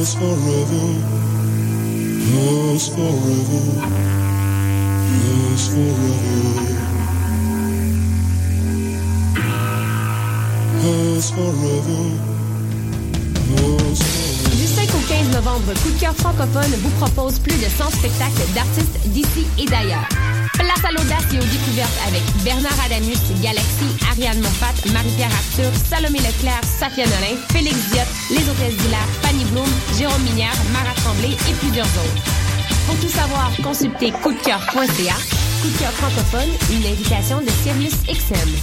Hers forever, hers forever, hers forever, hers forever, hers forever. Du 5 au 15 novembre, Coup de cœur francophone vous propose plus de 100 spectacles d'artistes d'ici et d'ailleurs. Place à l'audace et aux découvertes avec Bernard Adamus, Galaxy, Ariane Moffat, Marie-Pierre Arthur, Salomé Leclerc, Safia Nolin, Félix Diop, Les Hôtesses d'Hilaire, Fanny Bloom, Jérôme Minière, Mara Tremblay et plusieurs autres. Pour tout savoir, consultez coupdecoeur.ca. Coup de cœur francophone, une invitation de Sirius XM.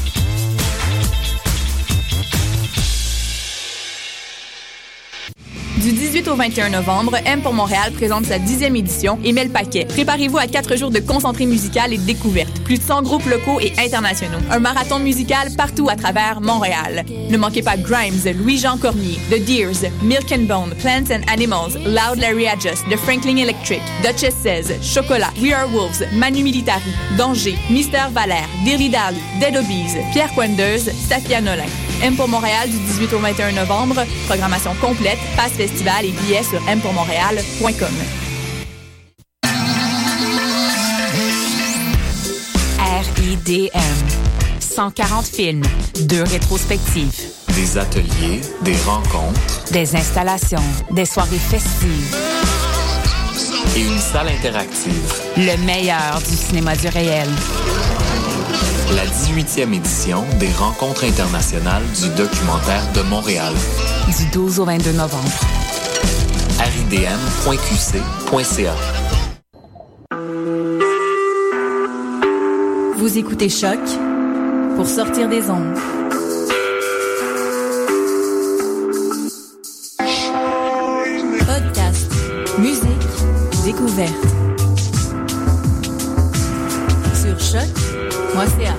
Du 18 au 21 novembre, M pour Montréal présente sa 10e édition et met le paquet. Préparez-vous à 4 jours de concentré musical et de découverte. Plus de 100 groupes locaux et internationaux. Un marathon musical partout à travers Montréal. Ne manquez pas Grimes, Louis-Jean Cormier, The Deers, Milk and Bone, Plants and Animals, Loud Larry Adjust, The Franklin Electric, Duchess Says, Chocolat, We Are Wolves, Manu Militari, Danger, Mystère Valère, Dilly Dally, Dead Obies, Pierre Quendeuse, Safia Nolin. M pour Montréal du 18 au 21 novembre. Programmation complète, passe festival et billets sur mpourmontréal.com. RIDM. 140 films, 2 rétrospectives. Des ateliers, des rencontres. Des installations, des soirées festives. Et une salle interactive. Le meilleur du cinéma du réel. La 18e édition des Rencontres internationales du documentaire de Montréal. Du 12 au 22 novembre. ridm.qc.ca. Vous écoutez Choc pour sortir des ondes. Podcast, musique, découverte. Sur choc.ca.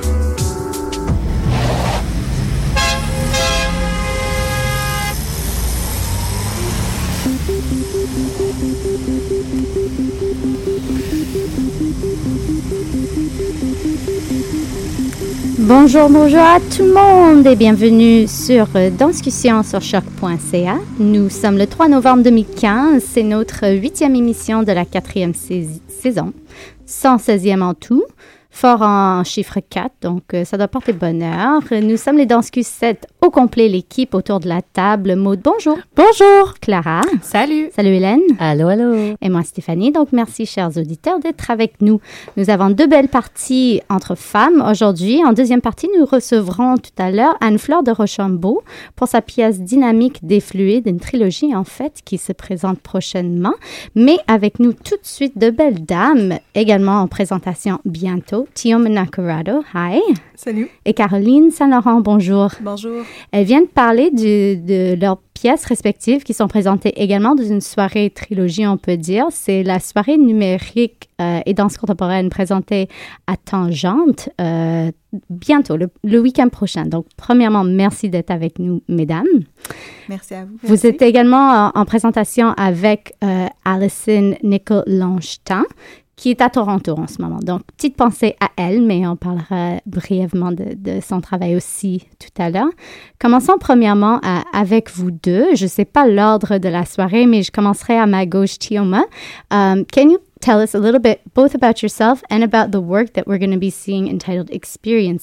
Bonjour à tout le monde et bienvenue sur Danscussion sur choc.ca. Nous sommes le 3 novembre 2015, c'est notre 8e émission de la 4e saison, 116e en tout. Fort en chiffre 4, donc ça doit porter bonheur. Nous sommes les Danscus 7 au complet, l'équipe autour de la table. Maud, bonjour. Bonjour. Clara. Salut. Salut Hélène. Allô, allô. Et moi Stéphanie. Donc merci chers auditeurs d'être avec nous. Nous avons 2 belles parties entre femmes aujourd'hui. En deuxième partie, nous recevrons tout à l'heure Anne-Fleur de Rochambeau pour sa pièce dynamique des fluides, une trilogie en fait qui se présente prochainement. Mais avec nous tout de suite 2 belles dames, également en présentation bientôt. Tioma Nakarado, hi. Salut. Et Caroline Saint-Laurent, bonjour. Bonjour. Elles viennent parler de leurs pièces respectives qui sont présentées également dans une soirée trilogie, on peut dire. C'est la soirée numérique et danse contemporaine présentée à Tangente bientôt, le week-end prochain. Donc, premièrement, merci d'être avec nous, mesdames. Merci à vous. Vous Merci. êtes également en présentation avec Alison Nicol-Longchamp, qui est à Toronto en ce moment. Donc, petite pensée à elle, mais on parlera brièvement de son travail aussi tout à l'heure. Commençons premièrement avec vous deux. Je ne sais pas l'ordre de la soirée, mais je commencerai à ma gauche, Tioma. Can you tell us a little bit both about yourself and about the work that we're going to be seeing entitled Experience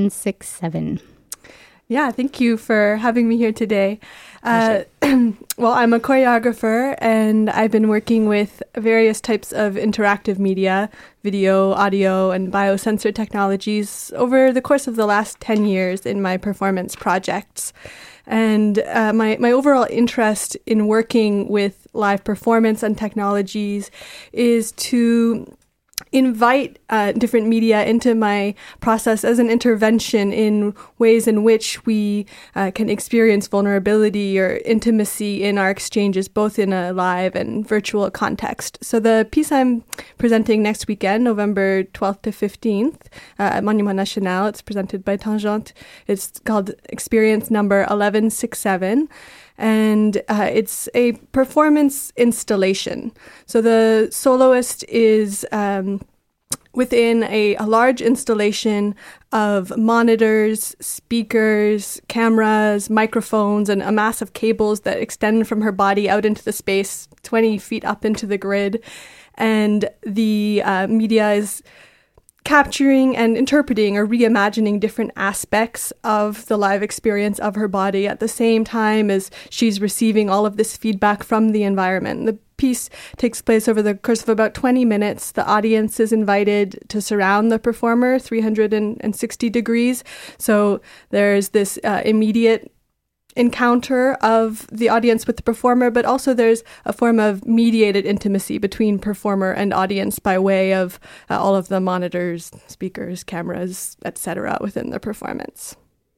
1167? Yeah, thank you for having me here today. Well, I'm a choreographer and I've been working with various types of interactive media, video, audio, and biosensor technologies over the course of the last 10 years in my performance projects. And my overall interest in working with live performance and technologies is to invite different media into my process as an intervention in ways in which we can experience vulnerability or intimacy in our exchanges, both in a live and virtual context. So the piece I'm presenting next weekend, November 12th to 15th at Monument National, it's presented by Tangente. It's called Experience number 1167. And it's a performance installation. So the soloist is within a large installation of monitors, speakers, cameras, microphones, and a mass of cables that extend from her body out into the space, 20 feet up into the grid. And the media is capturing and interpreting or reimagining different aspects of the live experience of her body at the same time as she's receiving all of this feedback from the environment. The piece takes place over the course of about 20 minutes. The audience is invited to surround the performer 360 degrees. So there's this immediate encounter of the audience with the performer, but also there's a form of mediated intimacy between performer and audience by way of all of the monitors, speakers, cameras, etc. within the performance.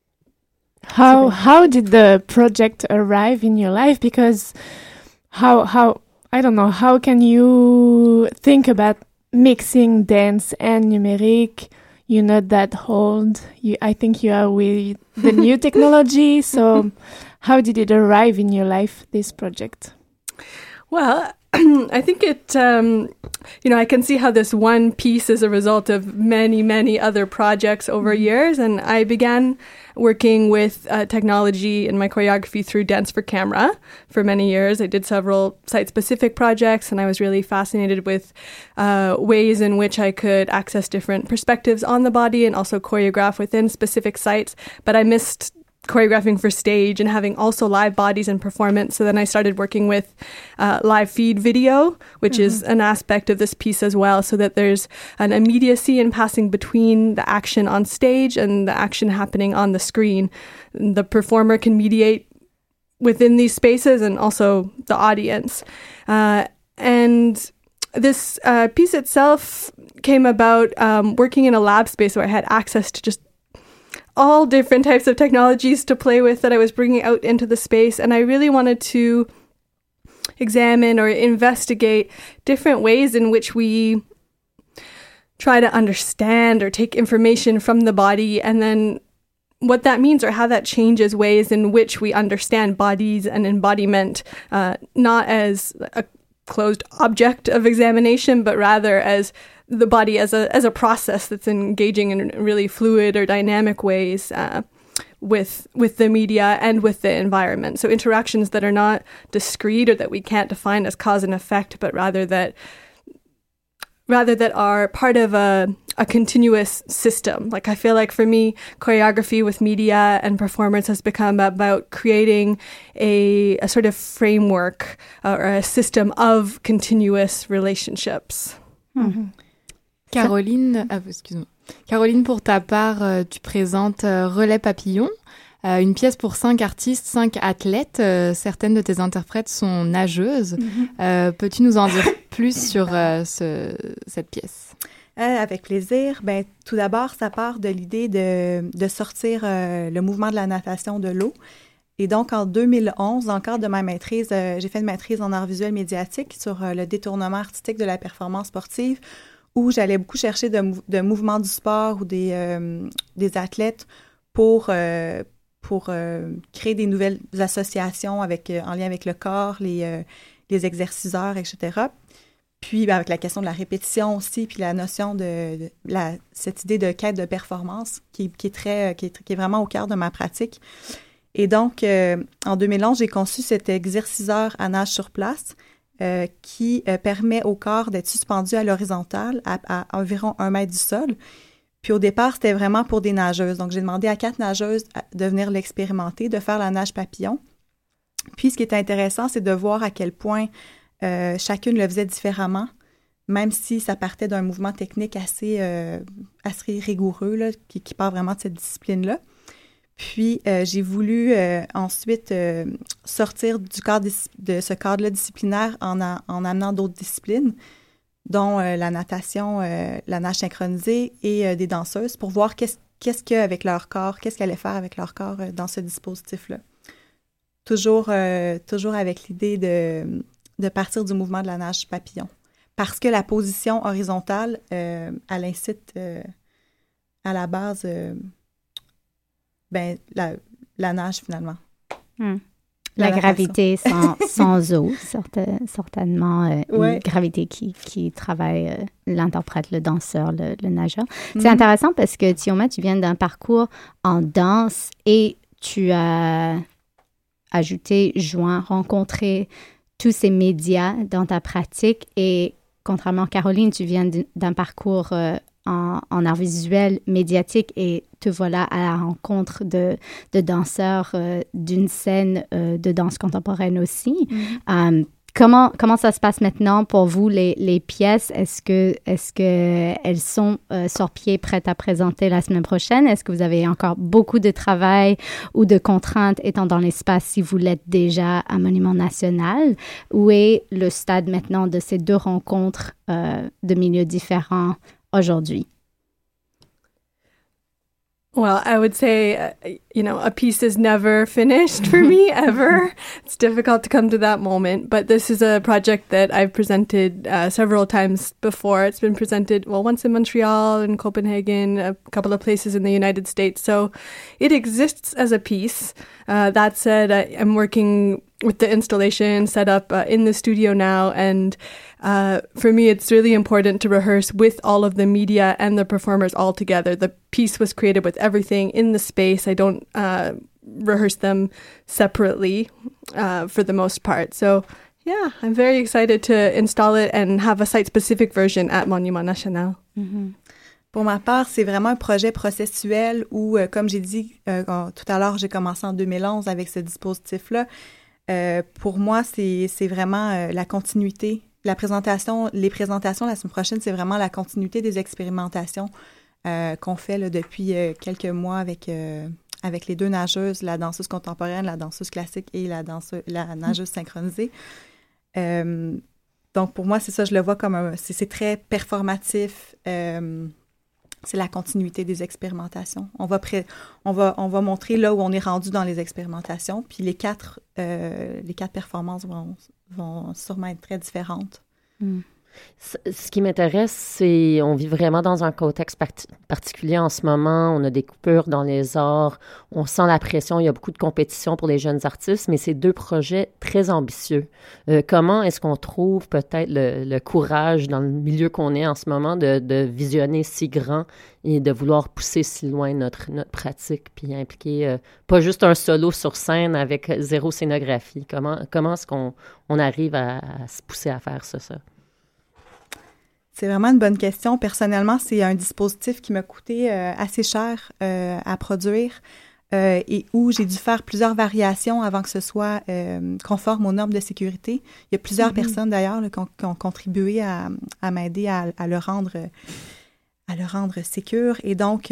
How did the project arrive in your life? Because how I don't know, how can you think about mixing dance and numeric? You're not that old. I think you are with the new technology. So how did it arrive in your life, this project? Well, I think it, I can see how this one piece is a result of many, many other projects over years. And I began working with technology in my choreography through Dance for Camera for many years. I did several site-specific projects, and I was really fascinated with ways in which I could access different perspectives on the body and also choreograph within specific sites. But I missed choreographing for stage and having also live bodies and performance. So then I started working with live feed video, which is an aspect of this piece as well, so that there's an immediacy in passing between the action on stage and the action happening on the screen. The performer can mediate within these spaces and also the audience. And this piece itself came about working in a lab space where I had access to just all different types of technologies to play with that I was bringing out into the space. And I really wanted to examine or investigate different ways in which we try to understand or take information from the body, and then what that means or how that changes ways in which we understand bodies and embodiment, not as a closed object of examination, but rather as the body as a process that's engaging in really fluid or dynamic ways with the media and with the environment. So interactions that are not discrete or that we can't define as cause and effect, but rather that are part of a continuous system. Like, I feel like for me, choreography with media and performance has become about creating a sort of framework or a system of continuous relationships. Mm-hmm. Caroline, excuse-moi. Caroline, pour ta part, tu présentes Relais Papillon, une pièce pour 5 artistes, 5 athlètes. Certaines de tes interprètes sont nageuses. Peux-tu nous en dire plus sur cette pièce? Avec plaisir. Ben, tout d'abord, ça part de l'idée de sortir le mouvement de la natation de l'eau. Et donc, en 2011, dans le cadre de ma maîtrise, j'ai fait une maîtrise en arts visuels médiatiques sur le détournement artistique de la performance sportive, où j'allais beaucoup chercher de mouvements du sport ou des athlètes pour créer des nouvelles associations en lien avec le corps, les exerciceurs, etc. Puis, avec la question de la répétition aussi, puis la notion cette idée de quête de performance qui est vraiment au cœur de ma pratique. Et donc, en 2011, j'ai conçu cet exerciceur à nage sur place qui permet au corps d'être suspendu à l'horizontale à environ 1 mètre du sol. Puis au départ, c'était vraiment pour des nageuses. Donc, j'ai demandé à 4 nageuses de venir l'expérimenter, de faire la nage papillon. Puis, ce qui est intéressant, c'est de voir à quel point chacune le faisait différemment, même si ça partait d'un mouvement technique assez rigoureux, là, qui part vraiment de cette discipline-là. Puis, j'ai voulu ensuite sortir de ce cadre-là disciplinaire en amenant d'autres disciplines, dont la natation, la nage synchronisée et des danseuses, pour voir qu'est-ce qu'avec leur corps, qu'est-ce qu'elles allaient faire avec leur corps dans ce dispositif-là. Toujours avec l'idée de partir du mouvement de la nage papillon. Parce que la position horizontale, elle incite à la base... la nage, finalement. La gravité sans eau, certainement une gravité qui travaille l'interprète, le danseur, le nageur. C'est intéressant parce que Tioma, tu viens d'un parcours en danse et tu as ajouté, joint, rencontré tous ces médias dans ta pratique et contrairement à Caroline, tu viens d'un parcours en art visuel, médiatique et te voilà à la rencontre de danseurs d'une scène de danse contemporaine aussi. Comment ça se passe maintenant pour vous, les pièces? Est-ce que elles sont sur pied, prêtes à présenter la semaine prochaine? Est-ce que vous avez encore beaucoup de travail ou de contraintes étant dans l'espace si vous l'êtes déjà à Monument National? Où est le stade maintenant de ces deux rencontres de milieux différents aujourd'hui? Well, I would say, a piece is never finished for me, ever. It's difficult to come to that moment. But this is a project that I've presented several times before. It's been presented, once in Montreal, in Copenhagen, a couple of places in the United States. So it exists as a piece. That said, I'm working with the installation set up in the studio now. And for me, it's really important to rehearse with all of the media and the performers all together. The piece was created with everything in the space. I don't rehearse them separately for the most part. So, yeah, I'm very excited to install it and have a site-specific version at Monument National. Mm-hmm. Pour ma part, c'est vraiment un projet processuel où, comme j'ai dit tout à l'heure, j'ai commencé en 2011 avec ce dispositif-là. Pour moi, c'est vraiment la continuité. Les présentations la semaine prochaine, c'est vraiment la continuité des expérimentations qu'on fait là, depuis quelques mois avec les deux nageuses, la danseuse contemporaine, la danseuse classique et la nageuse synchronisée. Donc, pour moi, c'est ça, je le vois comme c'est très performatif. C'est la continuité des expérimentations. On va montrer là où on est rendu dans les expérimentations, puis les quatre performances vont sûrement être très différentes. Ce qui m'intéresse, c'est on vit vraiment dans un contexte particulier en ce moment. On a des coupures dans les arts. On sent la pression. Il y a beaucoup de compétition pour les jeunes artistes, mais c'est deux projets très ambitieux. Comment est-ce qu'on trouve peut-être le courage dans le milieu qu'on est en ce moment de visionner si grand et de vouloir pousser si loin notre pratique puis impliquer pas juste un solo sur scène avec zéro scénographie? Comment est-ce qu'on arrive à se pousser à faire ça? C'est vraiment une bonne question. Personnellement, c'est un dispositif qui m'a coûté assez cher à produire et où j'ai dû faire plusieurs variations avant que ce soit conforme aux normes de sécurité. Il y a plusieurs personnes d'ailleurs là, qui ont contribué à m'aider à le rendre sécure. Et donc,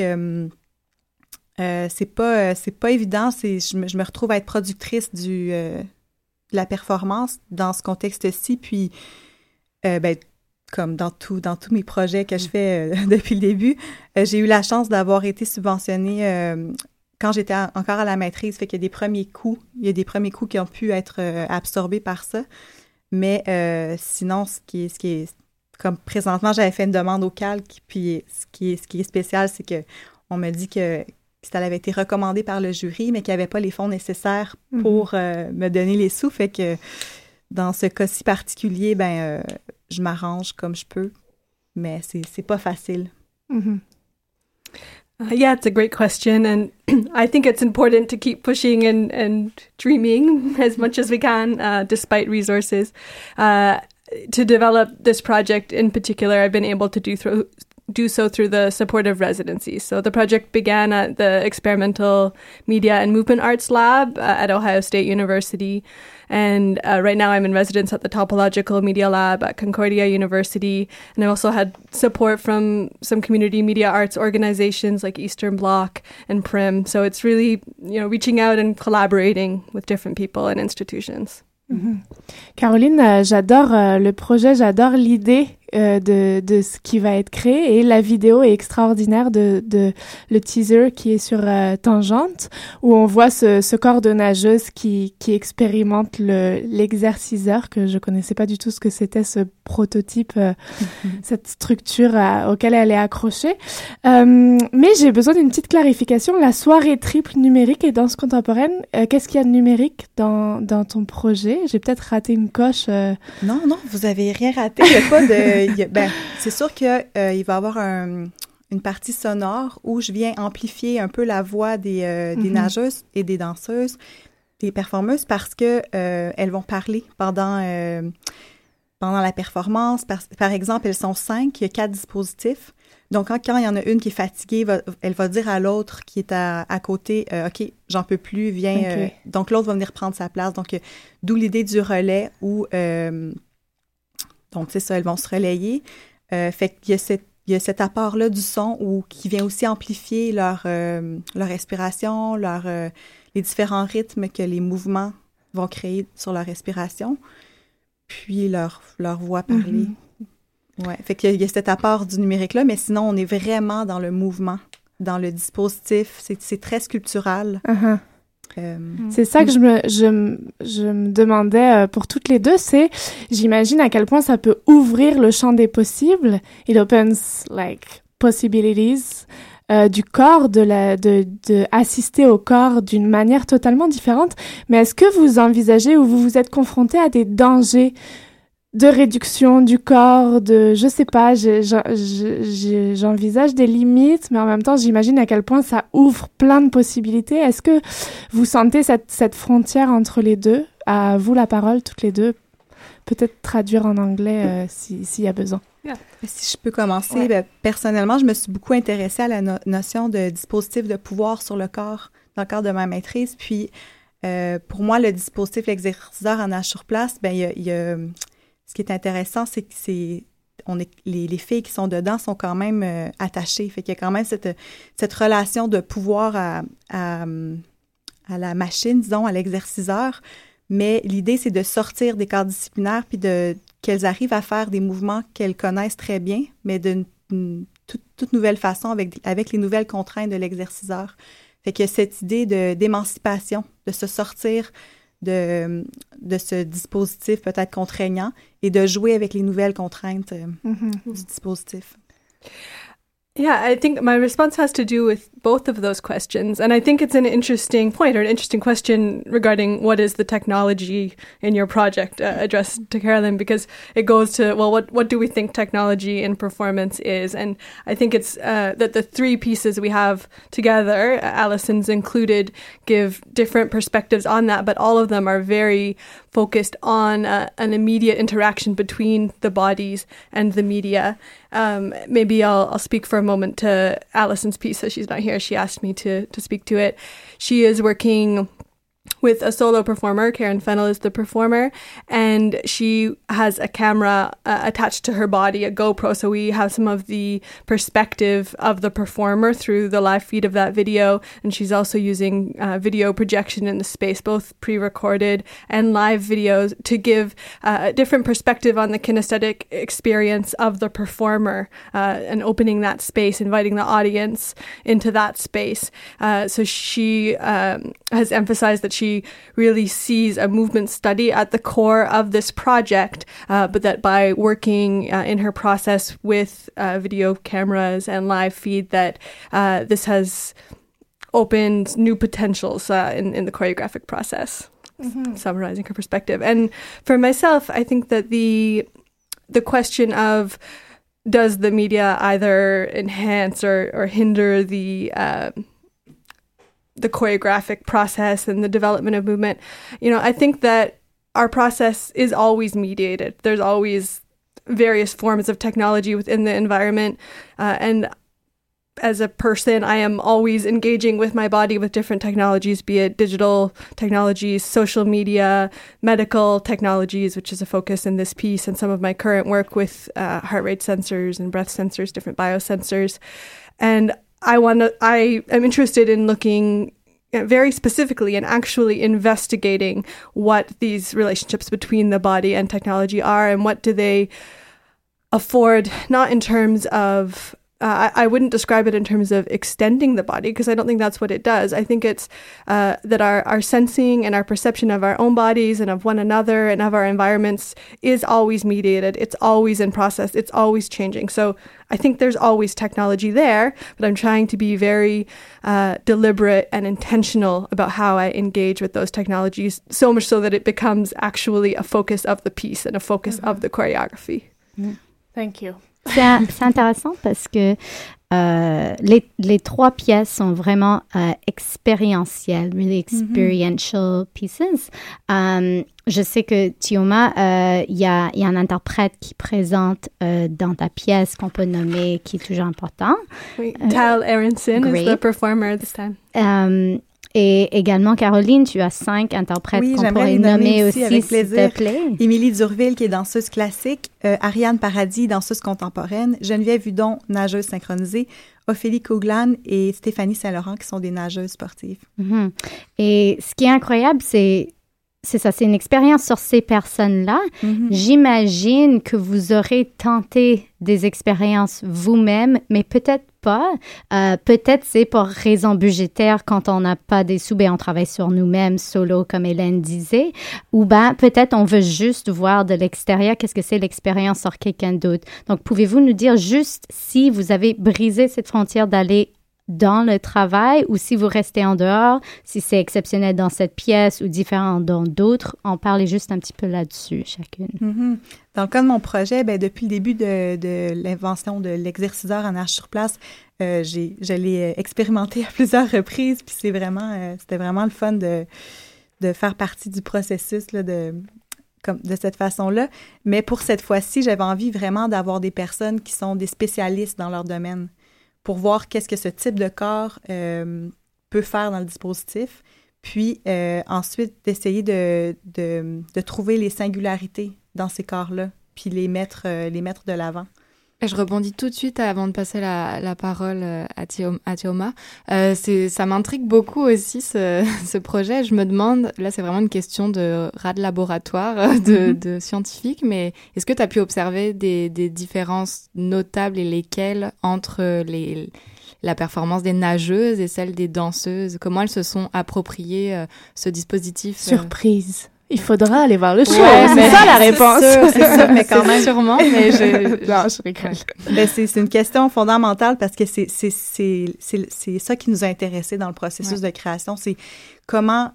c'est pas évident. Je me retrouve à être productrice de la performance dans ce contexte-ci. Puis, comme dans tous mes projets que je fais depuis le début, j'ai eu la chance d'avoir été subventionnée quand j'étais encore à la maîtrise. Fait qu'il y a des premiers coûts qui ont pu être absorbés par ça. Mais sinon, ce qui est comme présentement, j'avais fait une demande au calque, puis ce qui est spécial, c'est que on me dit que ça avait été recommandé par le jury, mais qu'il n'y avait pas les fonds nécessaires pour me donner les sous. Fait que dans ce cas-ci particulier, je m'arrange comme je peux, mais c'est pas facile. Mm-hmm. Yeah, it's a great question, and I think it's important to keep pushing and dreaming as much as we can, despite resources. To develop this project in particular, I've been able to do so through the supportive residencies. So the project began at the Experimental Media and Movement Arts Lab at Ohio State University. And right now I'm in residence at the Topological Media Lab at Concordia University. And I also had support from some community media arts organizations like Eastern Bloc and Prim. So it's really, reaching out and collaborating with different people and institutions. Mm-hmm. Caroline, j'adore le projet, j'adore l'idée de ce qui va être créé. Et la vidéo est extraordinaire de le teaser qui est sur Tangente, où on voit ce corps de nageuse qui expérimente l'exerciceur, que je connaissais pas du tout ce que c'était, ce prototype, cette structure auquel elle est accrochée. Mais j'ai besoin d'une petite clarification. La soirée triple numérique et danse contemporaine, qu'est-ce qu'il y a de numérique dans ton projet? J'ai peut-être raté une coche. Non, vous avez rien raté. Il y a pas de... c'est sûr que il va y avoir une partie sonore où je viens amplifier un peu la voix des nageuses et des danseuses, des performeuses, parce que elles vont parler pendant la performance. Par exemple, elles sont 5, il y a 4 dispositifs. Donc, quand il y en a une qui est fatiguée, elle va dire à l'autre qui est à côté, OK, j'en peux plus, viens. Okay. Donc, l'autre va venir prendre sa place. Donc, d'où l'idée du relais où, donc, c'est ça, elles vont se relayer. Fait qu'il y a cet apport-là du son qui vient aussi amplifier leur respiration, les différents rythmes que les mouvements vont créer sur leur respiration, puis leur voix parler. Ouais, fait qu'il y a cet apport du numérique-là, mais sinon, on est vraiment dans le mouvement, dans le dispositif. C'est très sculptural. C'est ça que je me demandais pour toutes les deux, j'imagine à quel point ça peut ouvrir le champ des possibles. It opens, possibilities du corps, de assister au corps d'une manière totalement différente. Mais est-ce que vous envisagez ou vous vous êtes confronté à des dangers de réduction du corps, je sais pas, j'envisage des limites, mais en même temps, j'imagine à quel point ça ouvre plein de possibilités. Est-ce que vous sentez cette frontière entre les deux? À vous la parole, toutes les deux. Peut-être traduire en anglais s'il y a besoin. Si je peux commencer, personnellement, je me suis beaucoup intéressée à la notion de dispositif de pouvoir sur le corps, dans le cadre de ma maîtrise. Puis, pour moi, le dispositif, l'exerciceur en nage sur place, il y a ce qui est intéressant, c'est que les filles qui sont dedans sont quand même attachées. Fait qu'il y a quand même cette relation de pouvoir à la machine, disons, à l'exerciceur. Mais l'idée, c'est de sortir des cadres disciplinaires puis qu'elles arrivent à faire des mouvements qu'elles connaissent très bien, mais d'une toute nouvelle façon avec les nouvelles contraintes de l'exerciceur. Fait qu'il y a cette idée d'émancipation, de se sortir de ce dispositif peut-être contraignant et de jouer avec les nouvelles contraintes du dispositif. Yeah, I think my response has to do with both of those questions. And I think it's an interesting point or an interesting question regarding what is the technology in your project addressed to Carolyn, because it goes to, well, what do we think technology in performance is? And I think it's that the three pieces we have together, Allison's included, give different perspectives on that, but all of them are very focused on an immediate interaction between the bodies and the media. Maybe I'll speak for a moment to Allison's piece, so she's not here. She asked me to speak to it. She is working with a solo performer. Karen Fennell is the performer, and she has a camera attached to her body, a GoPro, so we have some of the perspective of the performer through the live feed of that video, and she's also using video projection in the space, both pre-recorded and live videos, to give a different perspective on the kinesthetic experience of the performer, and opening that space, inviting the audience into that space. So she has emphasized that she really sees a movement study at the core of this project, but that by working in her process with video cameras and live feed, that this has opened new potentials in the choreographic process. Summarizing her perspective. And for myself, I think that the question of does the media either enhance or hinder the choreographic process and the development of movement, I think that our process is always mediated. There's always various forms of technology within the environment. And as a person, I am always engaging with my body with different technologies, be it digital technologies, social media, medical technologies, which is a focus in this piece, and some of my current work with heart rate sensors and breath sensors, different biosensors. And I am interested in looking very specifically and actually investigating what these relationships between the body and technology are, and what do they afford, not in terms of, I wouldn't describe it in terms of extending the body, because I don't think that's what it does. I think it's that our sensing and our perception of our own bodies and of one another and of our environments is always mediated. It's always in process. It's always changing. So I think there's always technology there, but I'm trying to be very deliberate and intentional about how I engage with those technologies, so much so that it becomes actually a focus of the piece and a focus of the choreography. Thank you. C'est intéressant parce que les trois pièces sont vraiment expérientielles, really experiential pieces. Je sais que Tioma, il y a un interprète qui présente dans ta pièce qu'on peut nommer, qui est toujours important. Oui, Tal Aronson is the performer this time. Et également, Caroline, tu as 5 interprètes qu'on pourrait nommer aussi, avec s'il plaisir. te plaît. Émilie Durville, qui est danseuse classique, Ariane Paradis, danseuse contemporaine, Geneviève Hudon, nageuse synchronisée, Ophélie Couglan et Stéphanie Saint-Laurent, qui sont des nageuses sportives. Mm-hmm. Et ce qui est incroyable, c'est ça, c'est une expérience sur ces personnes-là. Mm-hmm. J'imagine que vous aurez tenté des expériences vous-même, mais peut-être pas. Peut-être c'est pour raison budgétaire, quand on n'a pas des sous, ben on travaille sur nous-mêmes, solo, comme Hélène disait. Ou ben peut-être on veut juste voir de l'extérieur qu'est-ce que c'est l'expérience sur quelqu'un d'autre. Donc, pouvez-vous nous dire juste si vous avez brisé cette frontière d'aller dans le travail ou si vous restez en dehors, si c'est exceptionnel dans cette pièce ou différent dans d'autres? On parlait juste un petit peu là-dessus, chacune. Mm-hmm. Dans le cas de mon projet, ben, depuis le début de l'invention de l'exerciceur en nage sur place, je l'ai expérimenté à plusieurs reprises, puis c'était vraiment le fun de faire partie du processus là, de cette façon-là. Mais pour cette fois-ci, j'avais envie vraiment d'avoir des personnes qui sont des spécialistes dans leur domaine, pour voir qu'est-ce que ce type de corps peut faire dans le dispositif, puis ensuite d'essayer de trouver les singularités dans ces corps-là, puis les mettre de l'avant. Je rebondis tout de suite avant de passer la parole à Tioma. Ça m'intrigue beaucoup aussi, ce projet. Je me demande, là c'est vraiment une question de rat de laboratoire, de scientifique, mais est-ce que tu as pu observer des différences notables et lesquelles entre la performance des nageuses et celle des danseuses? Comment elles se sont appropriées ce dispositif? Surprise. Il faudra aller voir le show. Ouais, c'est ça la réponse. C'est sûr, mais quand même. Sûrement, mais non, je rigole. Ben, c'est une question fondamentale parce que c'est ça qui nous a intéressés dans le processus de création. C'est comment,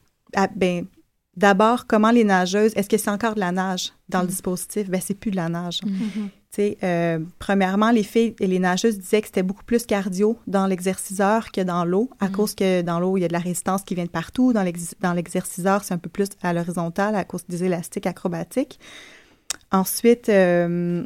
d'abord, comment les nageuses, est-ce que c'est encore de la nage dans le dispositif? Ben, c'est plus de la nage. Tu sais, premièrement, les filles et les nageuses disaient que c'était beaucoup plus cardio dans l'exerciceur que dans l'eau, à cause que dans l'eau, il y a de la résistance qui vient de partout. Dans l'exerciceur, c'est un peu plus à l'horizontale à cause des élastiques acrobatiques. Ensuite, il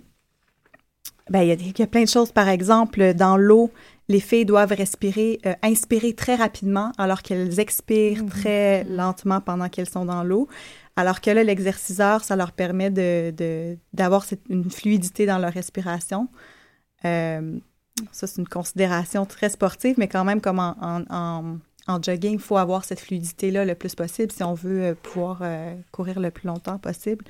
y a plein de choses. Par exemple, dans l'eau, les filles doivent inspirer très rapidement alors qu'elles expirent très lentement pendant qu'elles sont dans l'eau. Alors que là, l'exerciceur, ça leur permet d'avoir une fluidité dans leur respiration. Ça, c'est une considération très sportive, mais quand même, comme en jogging, il faut avoir cette fluidité-là le plus possible si on veut pouvoir courir le plus longtemps possible.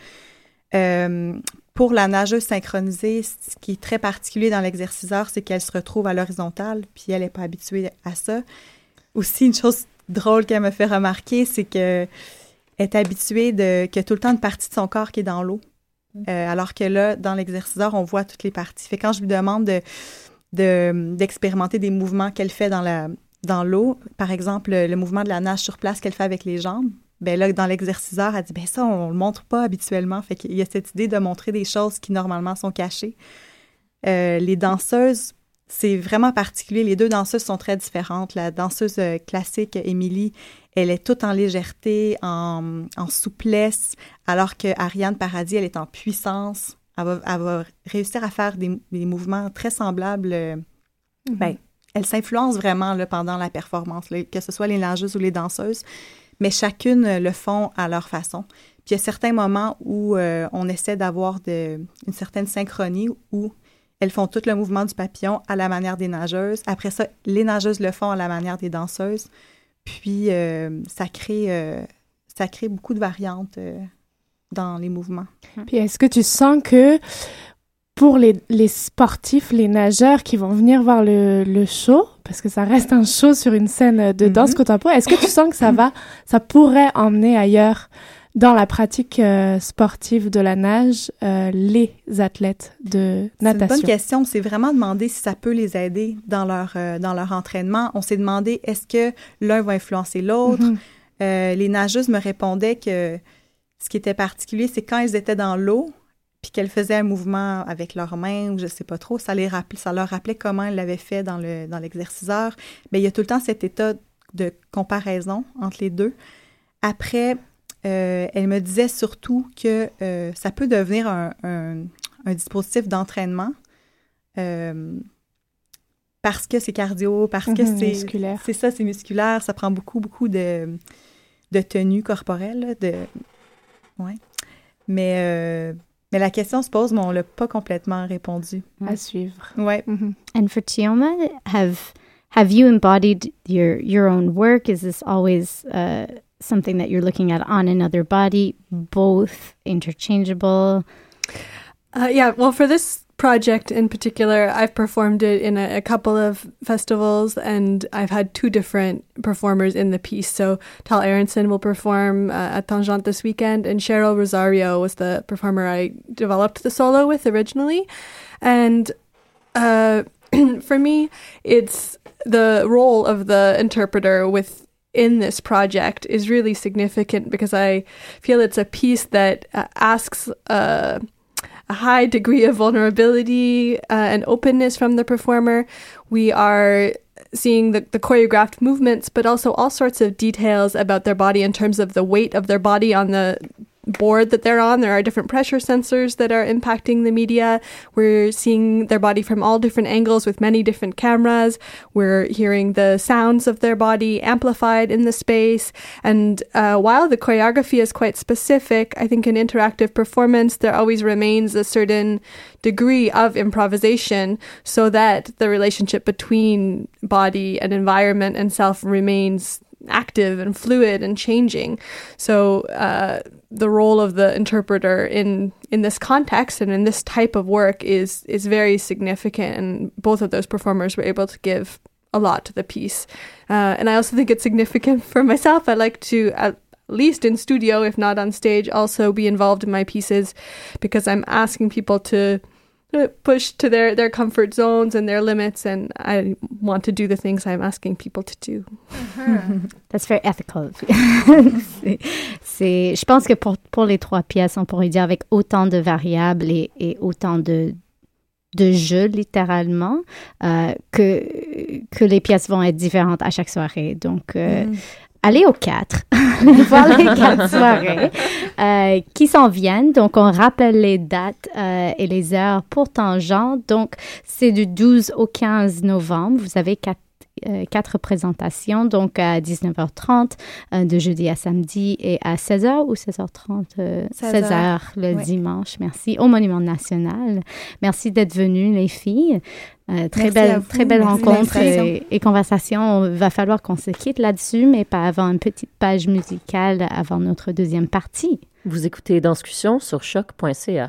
Pour la nageuse synchronisée, ce qui est très particulier dans l'exerciceur, c'est qu'elle se retrouve à l'horizontale, puis elle n'est pas habituée à ça. Aussi, une chose drôle qu'elle me fait remarquer, c'est que est habituée que tout le temps une partie de son corps qui est dans l'eau. Alors que là, dans l'exerciceur, on voit toutes les parties. Fait quand je lui demande d'expérimenter des mouvements qu'elle fait dans l'eau, par exemple, le mouvement de la nage sur place qu'elle fait avec les jambes, ben là, dans l'exerciceur, elle dit, ben ça, on le montre pas habituellement. Fait qu'il y a cette idée de montrer des choses qui, normalement, sont cachées. Les danseuses, c'est vraiment particulier. Les deux danseuses sont très différentes. La danseuse classique, Émilie, elle est toute en légèreté, en souplesse, alors que Ariane Paradis, elle est en puissance. Elle va réussir à faire des mouvements très semblables. Elle s'influence vraiment là, pendant la performance, là, que ce soit les nageuses ou les danseuses, mais chacune le font à leur façon. Puis il y a certains moments où on essaie d'avoir une certaine synchronie, où elles font tout le mouvement du papillon à la manière des nageuses. Après ça, les nageuses le font à la manière des danseuses. Puis, ça crée beaucoup de variantes dans les mouvements. Puis, est-ce que tu sens que pour les sportifs, les nageurs qui vont venir voir le show, parce que ça reste un show sur une scène de danse contemporaine, est-ce que tu sens que ça pourrait emmener ailleurs dans la pratique sportive de la nage les athlètes de natation? C'est une bonne question. C'est vraiment demandé si ça peut les aider dans leur entraînement. On s'est demandé est-ce que l'un va influencer l'autre. Les nageuses me répondaient que ce qui était particulier, c'est quand elles étaient dans l'eau, puis qu'elles faisaient un mouvement avec leurs mains ou je sais pas trop, ça leur rappelait comment elles l'avaient fait dans l'exerciceur. Mais il y a tout le temps cet état de comparaison entre les deux. Après, elle me disait surtout que ça peut devenir un dispositif d'entraînement parce que c'est cardio, parce que c'est musculaire. C'est ça, c'est musculaire. Ça prend beaucoup de tenue corporelle. Ouais. Mais la question se pose, mais on ne l'a pas complètement répondu. À suivre. Ouais. And for Chioma, have you embodied your own work? Is this always something that you're looking at on another body, both interchangeable? Yeah, well, for this project in particular, I've performed it in a couple of festivals, and I've had two different performers in the piece. So Tal Aronson will perform at Tangente this weekend, and Cheryl Rosario was the performer I developed the solo with originally. And for me, it's the role of the interpreter in this project is really significant because I feel it's a piece that asks a high degree of vulnerability and openness from the performer. We are seeing the choreographed movements, but also all sorts of details about their body in terms of the weight of their body on the board that they're on. There are different pressure sensors that are impacting the media. We're seeing their body from all different angles with many different cameras. We're hearing the sounds of their body amplified in the space. And while the choreography is quite specific, I think in interactive performance, there always remains a certain degree of improvisation so that the relationship between body and environment and self remains active and fluid and changing. So the role of the interpreter in this context and in this type of work is very significant, and both of those performers were able to give a lot to the piece. And I also think it's significant for myself. I like to, at least in studio, if not on stage, also be involved in my pieces because I'm asking people to push to their comfort zones and their limits, and I want to do the things I'm asking people to do. That's very ethical. Je pense que pour les trois pièces, on pourrait dire avec autant de variables et autant de jeux, littéralement, que les pièces vont être différentes à chaque soirée. Donc, allez aux 4, voir les 4 soirées qui s'en viennent. Donc, on rappelle les dates et les heures pour Tangente. Donc, c'est du 12 au 15 novembre. Vous avez 4 représentations, donc à 19h30 de jeudi à samedi et à 16h ou 16h30? 16h le dimanche, merci, au Monument National. Merci d'être venues, les filles. Très belle rencontre et conversation. On va falloir qu'on se quitte là-dessus, mais pas avant une petite page musicale avant notre deuxième partie. Vous écoutez Danscussion sur choc.ca.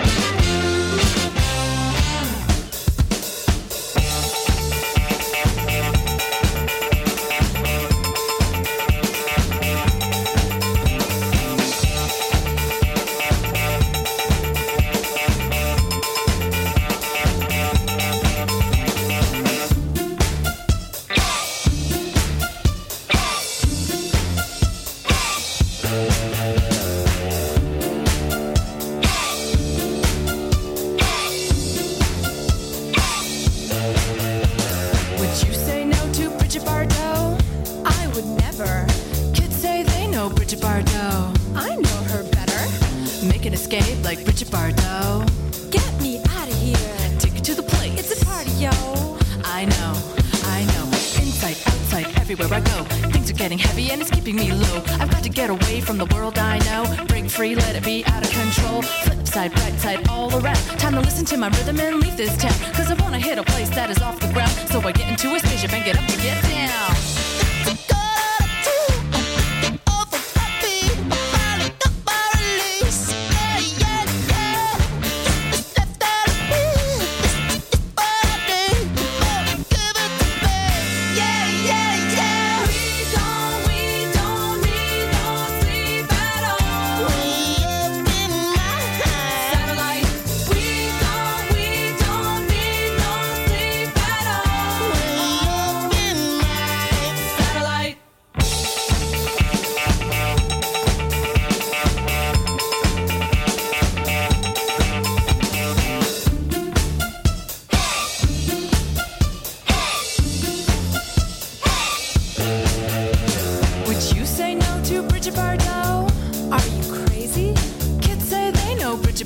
My rhythm and leave this town, cause I wanna hit a place that is off the ground, so I get into a spaceship and get up to get down.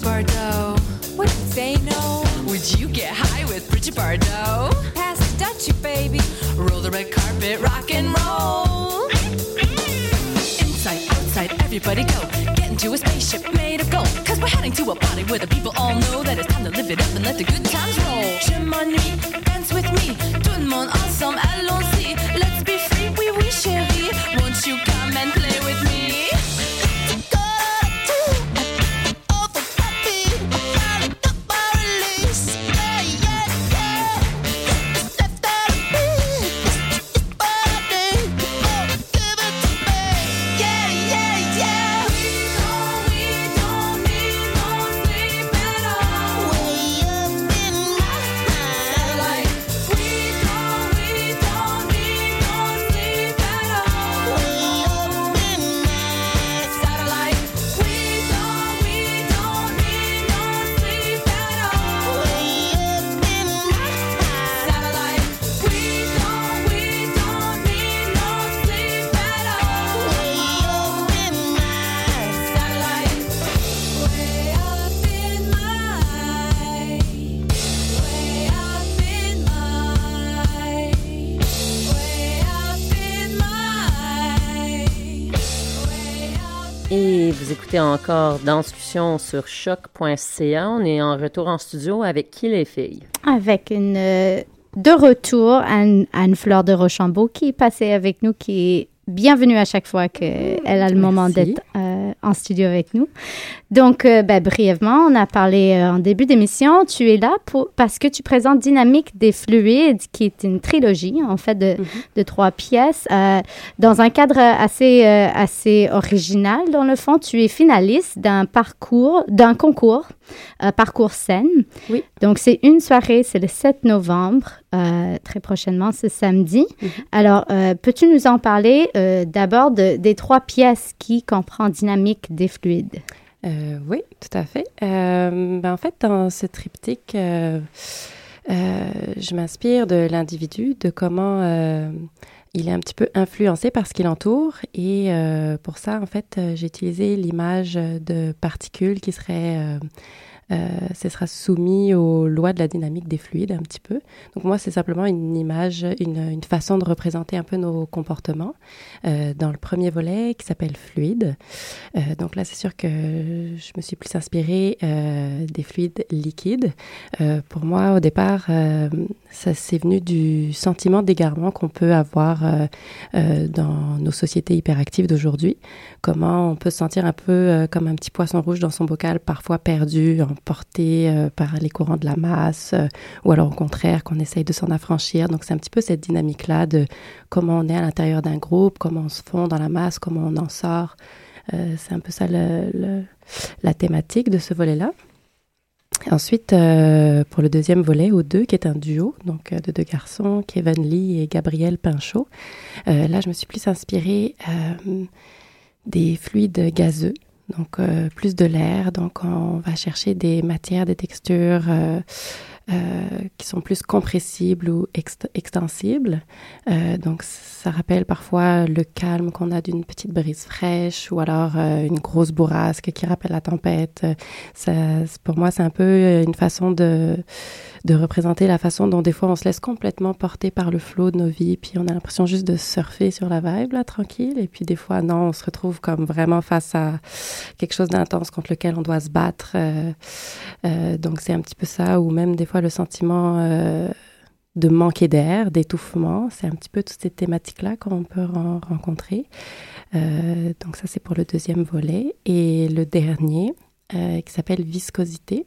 Brigitte Bardot. Wouldn't say no. Would you get high with Brigitte Bardot? Pass the Dutchie, baby. Roll the red carpet, rock and roll. Inside, outside, everybody go. Get into a spaceship made of gold. Cause we're heading to a party where the people all know that it's time to live it up and let the good times roll. Je m'ennuie, dance with me. Tout le monde ensemble, allons-y. Let's be free, oui, oui, chérie. Won't you come and play with me? Et vous écoutez encore Danscussion sur choc.ca. On est en retour en studio avec qui, les filles? Avec de retour Anne-Fleur de Rochambeau qui est passée avec nous, qui est bienvenue à chaque fois qu'elle a le moment d'être en studio avec nous. Donc, brièvement, on a parlé en début d'émission. Tu es là parce que tu présentes Dynamique des fluides, qui est une trilogie, en fait, de 3 pièces. Dans un cadre assez original, dans le fond, tu es finaliste d'un concours, Parcours scène. Oui. Donc, c'est une soirée, c'est le 7 novembre, très prochainement, ce samedi. Alors, peux-tu nous en parler d'abord des 3 pièces qui comprend Dynamique des fluides? Oui, tout à fait. En fait, dans ce triptyque, je m'inspire de l'individu, de comment il est un petit peu influencé par ce qui l'entoure. Et pour ça, en fait, j'ai utilisé l'image de particules qui seraient... ce sera soumis aux lois de la dynamique des fluides un petit peu. Donc moi, c'est simplement une image, une façon de représenter un peu nos comportements dans le premier volet qui s'appelle fluide. Donc là, c'est sûr que je me suis plus inspirée des fluides liquides. Pour moi, au départ, ça c'est venu du sentiment d'égarement qu'on peut avoir dans nos sociétés hyperactives d'aujourd'hui. Comment on peut se sentir un peu comme un petit poisson rouge dans son bocal, parfois perdu, emporté par les courants de la masse, ou alors au contraire qu'on essaye de s'en affranchir. Donc c'est un petit peu cette dynamique-là de comment on est à l'intérieur d'un groupe, comment on se fond dans la masse, comment on en sort. C'est un peu ça la thématique de ce volet-là. Ensuite, pour le deuxième volet, au 2, qui est un duo, donc de 2 garçons, Kevin Lee et Gabriel Pinchot, là je me suis plus inspirée des fluides gazeux. Donc, plus de l'air. Donc, on va chercher des matières, des textures qui sont plus compressibles ou extensibles. Donc, ça rappelle parfois le calme qu'on a d'une petite brise fraîche ou alors une grosse bourrasque qui rappelle la tempête. Pour moi, c'est un peu une façon de représenter la façon dont des fois on se laisse complètement porter par le flot de nos vies, puis on a l'impression juste de surfer sur la vibe, là, tranquille, et puis des fois, non, on se retrouve comme vraiment face à quelque chose d'intense contre lequel on doit se battre. Donc, c'est un petit peu ça, ou même des fois le sentiment de manquer d'air, d'étouffement. C'est un petit peu toutes ces thématiques-là qu'on peut rencontrer. Donc, ça, c'est pour le deuxième volet. Et le dernier, qui s'appelle Viscosité.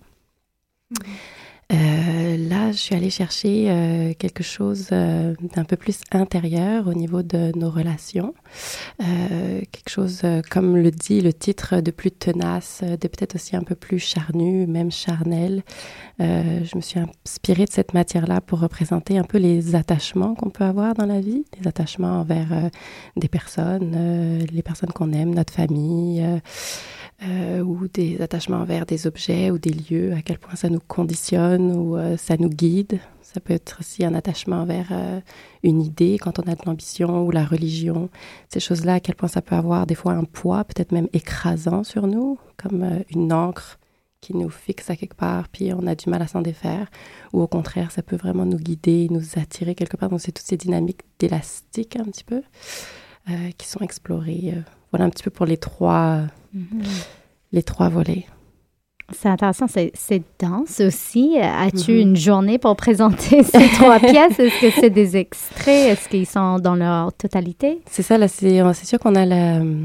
Là, je suis allée chercher quelque chose d'un peu plus intérieur au niveau de nos relations. Quelque chose, comme le dit le titre, de plus tenace, de peut-être aussi un peu plus charnu, même charnel. Je me suis inspirée de cette matière-là pour représenter un peu les attachements qu'on peut avoir dans la vie, les attachements envers des personnes, les personnes qu'on aime, notre famille, ou des attachements envers des objets ou des lieux, à quel point ça nous conditionne ou ça nous guide. Ça peut être aussi un attachement envers une idée quand on a de l'ambition, ou la religion. Ces choses-là, à quel point ça peut avoir des fois un poids, peut-être même écrasant sur nous, comme une encre qui nous fixe à quelque part, puis on a du mal à s'en défaire, ou au contraire, ça peut vraiment nous guider, nous attirer quelque part. Donc, c'est toutes ces dynamiques d'élastique un petit peu qui sont explorées. Voilà un petit peu pour les trois volets. C'est intéressant, c'est dense aussi. As-tu une journée pour présenter ces 3 pièces? Est-ce que c'est des extraits? Est-ce qu'ils sont dans leur totalité? C'est ça, là, c'est sûr qu'on a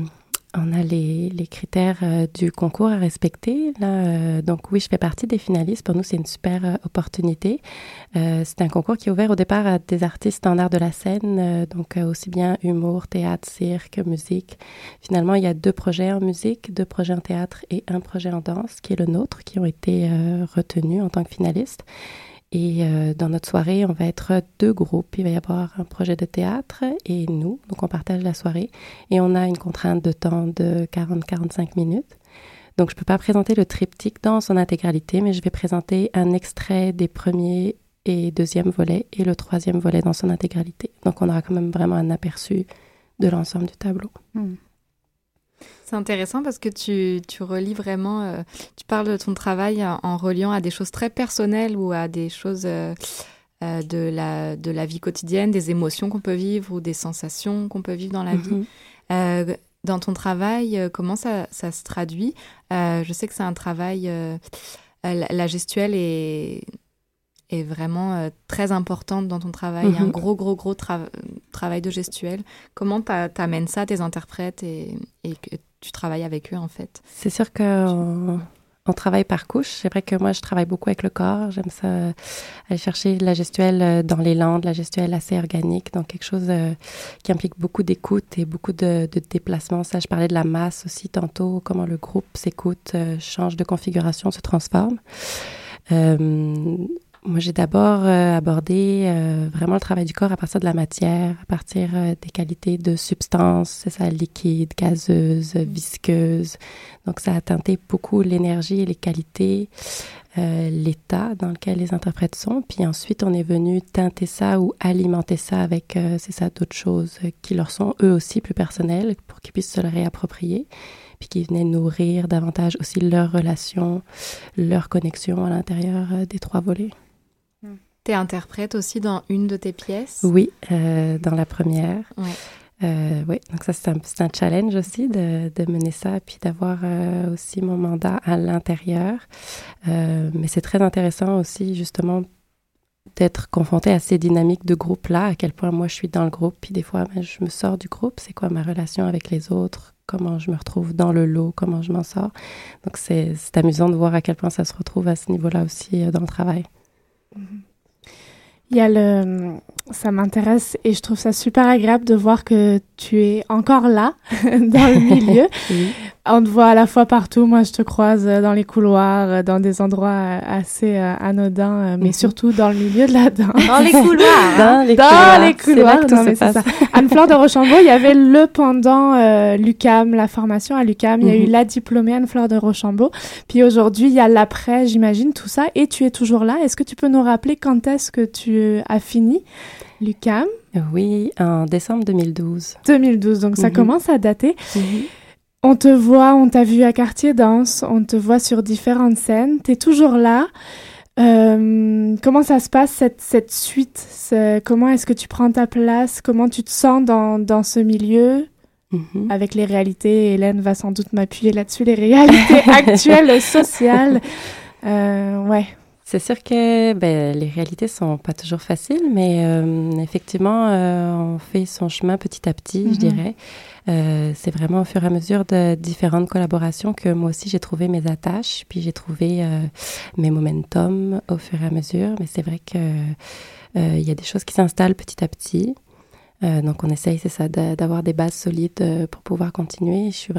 les critères du concours à respecter. Là, donc oui, je fais partie des finalistes. Pour nous, c'est une super opportunité. C'est un concours qui est ouvert au départ à des artistes en art de la scène, donc aussi bien humour, théâtre, cirque, musique. Finalement, il y a 2 projets en musique, 2 projets en théâtre et 1 projet en danse, qui est le nôtre, qui ont été retenus en tant que finalistes. Et dans notre soirée, on va être 2 groupes. Il va y avoir un projet de théâtre et nous. Donc, on partage la soirée. Et on a une contrainte de temps de 40-45 minutes. Donc, je ne peux pas présenter le triptyque dans son intégralité, mais je vais présenter un extrait des premiers et 2e volets et le 3e volet dans son intégralité. Donc, on aura quand même vraiment un aperçu de l'ensemble du tableau. C'est intéressant parce que tu relis vraiment, tu parles de ton travail en reliant à des choses très personnelles ou à des choses de la vie quotidienne, des émotions qu'on peut vivre ou des sensations qu'on peut vivre dans la vie. Dans ton travail, comment ça se traduit? Je sais que c'est un travail, la gestuelle est vraiment très importante dans ton travail. Il y a un gros travail de gestuelle. Comment t'amènes ça à tes interprètes et que tu travailles avec eux, en fait? C'est sûr qu'on travaille par couche. C'est vrai que moi, je travaille beaucoup avec le corps. J'aime ça, aller chercher la gestuelle dans les landes, la gestuelle assez organique, donc quelque chose qui implique beaucoup d'écoute et beaucoup de déplacement. Ça, je parlais de la masse aussi tantôt, comment le groupe s'écoute, change de configuration, se transforme. Moi, j'ai d'abord abordé vraiment le travail du corps à partir de la matière, à partir des qualités de substances, c'est ça, liquide, gazeuse, visqueuse. Donc, ça a teinté beaucoup l'énergie et les qualités, l'état dans lequel les interprètes sont. Puis ensuite, on est venu teinter ça ou alimenter ça avec, c'est ça, d'autres choses qui leur sont eux aussi plus personnelles pour qu'ils puissent se le réapproprier. Puis qui venaient nourrir davantage aussi leur relation, leur connexion à l'intérieur des 3 volets. T'es interprète aussi dans une de tes pièces? Oui, dans la première. Ouais. Oui, donc ça, c'est un challenge aussi de mener ça, puis d'avoir aussi mon mandat à l'intérieur. Mais c'est très intéressant aussi, justement, d'être confrontée à ces dynamiques de groupe-là, à quel point moi, je suis dans le groupe, puis des fois, je me sors du groupe. C'est quoi ma relation avec les autres? Comment je me retrouve dans le lot? Comment je m'en sors? Donc, c'est amusant de voir à quel point ça se retrouve à ce niveau-là aussi dans le travail. Il y a ça m'intéresse et je trouve ça super agréable de voir que tu es encore là, dans le milieu. Oui. On te voit à la fois partout. Moi, je te croise dans les couloirs, dans des endroits assez anodins, mais surtout dans le milieu de la danse. Dans les couloirs. Dans les couloirs. Non, mais c'est ça. Anne-Fleur de Rochambeau, il y avait le pendant l'UQAM, la formation à l'UQAM. Il y a eu la diplômée Anne-Fleur de Rochambeau. Puis aujourd'hui, il y a l'après, j'imagine, tout ça. Et tu es toujours là. Est-ce que tu peux nous rappeler quand est-ce que tu as fini l'UQAM? Oui, en décembre 2012. 2012, donc ça commence à dater. On te voit, on t'a vu à Quartier Danse, on te voit sur différentes scènes. T'es toujours là. Comment ça se passe, cette suite? Comment est-ce que tu prends ta place? Comment tu te sens dans ce milieu? Avec les réalités, Hélène va sans doute m'appuyer là-dessus, les réalités actuelles, sociales. Ouais. C'est sûr que les réalités sont pas toujours faciles, mais effectivement, on fait son chemin petit à petit, je dirais. C'est vraiment au fur et à mesure de différentes collaborations que moi aussi j'ai trouvé mes attaches, puis j'ai trouvé mes momentum au fur et à mesure. Mais c'est vrai que il y a des choses qui s'installent petit à petit. Donc on essaye, c'est ça, d'avoir des bases solides pour pouvoir continuer. Je suis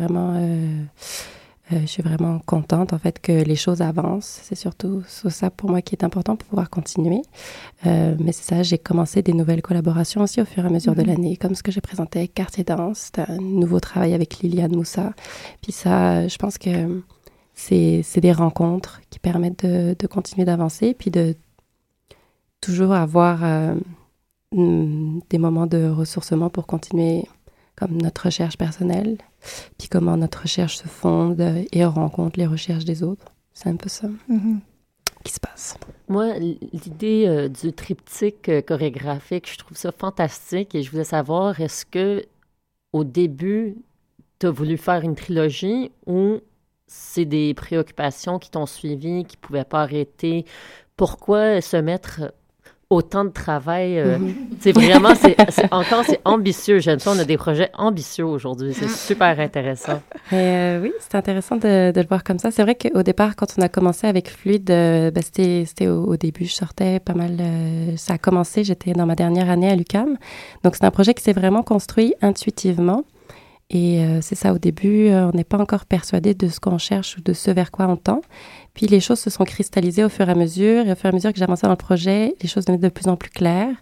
vraiment contente, en fait, que les choses avancent. C'est surtout ça, pour moi, qui est important pour pouvoir continuer. Mais c'est ça, j'ai commencé des nouvelles collaborations aussi au fur et à mesure de l'année, comme ce que j'ai présenté avec Quartier Danse. C'est un nouveau travail avec Liliane Moussa. Puis ça, je pense que c'est des rencontres qui permettent de continuer d'avancer, puis de toujours avoir des moments de ressourcement pour continuer comme notre recherche personnelle, puis comment notre recherche se fonde et rencontre les recherches des autres. C'est un peu ça qui se passe. Moi, l'idée du triptyque chorégraphique, je trouve ça fantastique et je voulais savoir, est-ce que au début, tu as voulu faire une trilogie ou c'est des préoccupations qui t'ont suivi, qui ne pouvaient pas arrêter? Pourquoi se mettre autant de travail? C'est vraiment, c'est ambitieux. J'aime ça, on a des projets ambitieux aujourd'hui. C'est super intéressant. Oui, c'est intéressant de le voir comme ça. C'est vrai qu'au départ, quand on a commencé avec Fluide, c'était au début, je sortais pas mal. Ça a commencé, j'étais dans ma dernière année à l'UQAM. Donc, c'est un projet qui s'est vraiment construit intuitivement. Et c'est ça, au début, on n'est pas encore persuadé de ce qu'on cherche ou de ce vers quoi on tend. Puis les choses se sont cristallisées au fur et à mesure. Et au fur et à mesure que j'avançais dans le projet, les choses devenaient de plus en plus claires.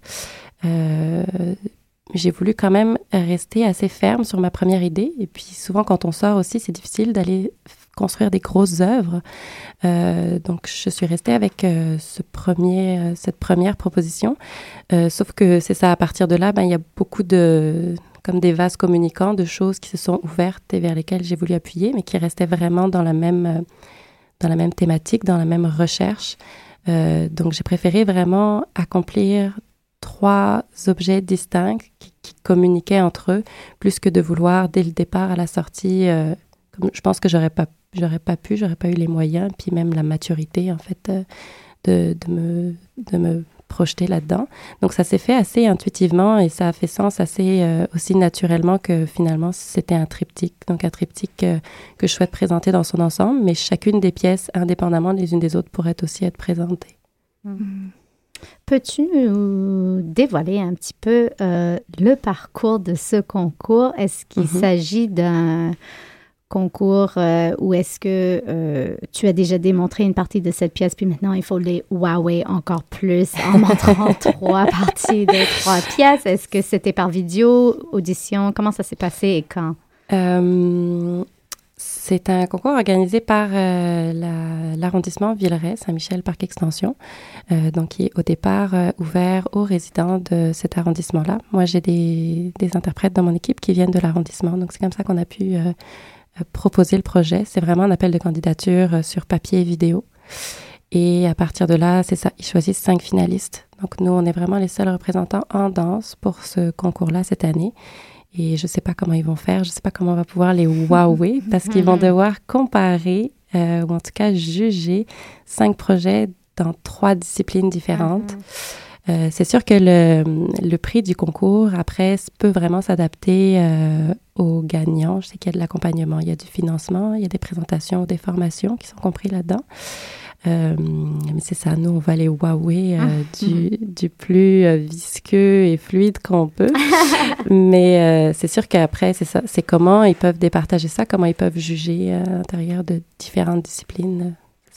J'ai voulu quand même rester assez ferme sur ma première idée. Et puis souvent, quand on sort aussi, c'est difficile d'aller construire des grosses œuvres. Donc, je suis restée avec cette première proposition. Sauf que c'est ça, à partir de là, il y a beaucoup comme des vases communicants, de choses qui se sont ouvertes et vers lesquelles j'ai voulu appuyer, mais qui restaient vraiment dans la même thématique, dans la même recherche. Donc, j'ai préféré vraiment accomplir 3 objets distincts qui communiquaient entre eux, plus que de vouloir, dès le départ, à la sortie, comme je pense que j'aurais pas eu les moyens, puis même la maturité, en fait, de me projeter là-dedans. Donc, ça s'est fait assez intuitivement et ça a fait sens assez aussi naturellement que finalement, c'était un triptyque. Donc, un triptyque que je souhaite présenter dans son ensemble, mais chacune des pièces, indépendamment les unes des autres, pourrait aussi être présentée. Peux-tu nous dévoiler un petit peu le parcours de ce concours? Est-ce qu'il s'agit d'un concours ou est-ce que tu as déjà démontré une partie de cette pièce, puis maintenant il faut les wower encore plus en montrant 3 parties de 3 pièces? Est-ce que c'était par vidéo, audition? Comment ça s'est passé et quand? C'est un concours organisé par l'arrondissement Villeray, Saint-Michel, Parc Extension, donc qui est au départ ouvert aux résidents de cet arrondissement-là. Moi, j'ai des interprètes dans mon équipe qui viennent de l'arrondissement, donc c'est comme ça qu'on a pu proposer le projet. C'est vraiment un appel de candidature sur papier et vidéo. Et à partir de là, c'est ça, ils choisissent 5 finalistes. Donc nous, on est vraiment les seuls représentants en danse pour ce concours-là cette année. Et je ne sais pas comment ils vont faire, je ne sais pas comment on va pouvoir les wower parce qu'ils vont devoir comparer ou en tout cas juger 5 projets dans 3 disciplines différentes. C'est sûr que le prix du concours, après, peut vraiment s'adapter aux gagnants. Je sais qu'il y a de l'accompagnement, il y a du financement, il y a des présentations, des formations qui sont compris là-dedans. Mais c'est ça, nous, on va les wower du plus visqueux et fluide qu'on peut. Mais c'est sûr qu'après, c'est ça, c'est comment ils peuvent départager ça, comment ils peuvent juger à l'intérieur de différentes disciplines.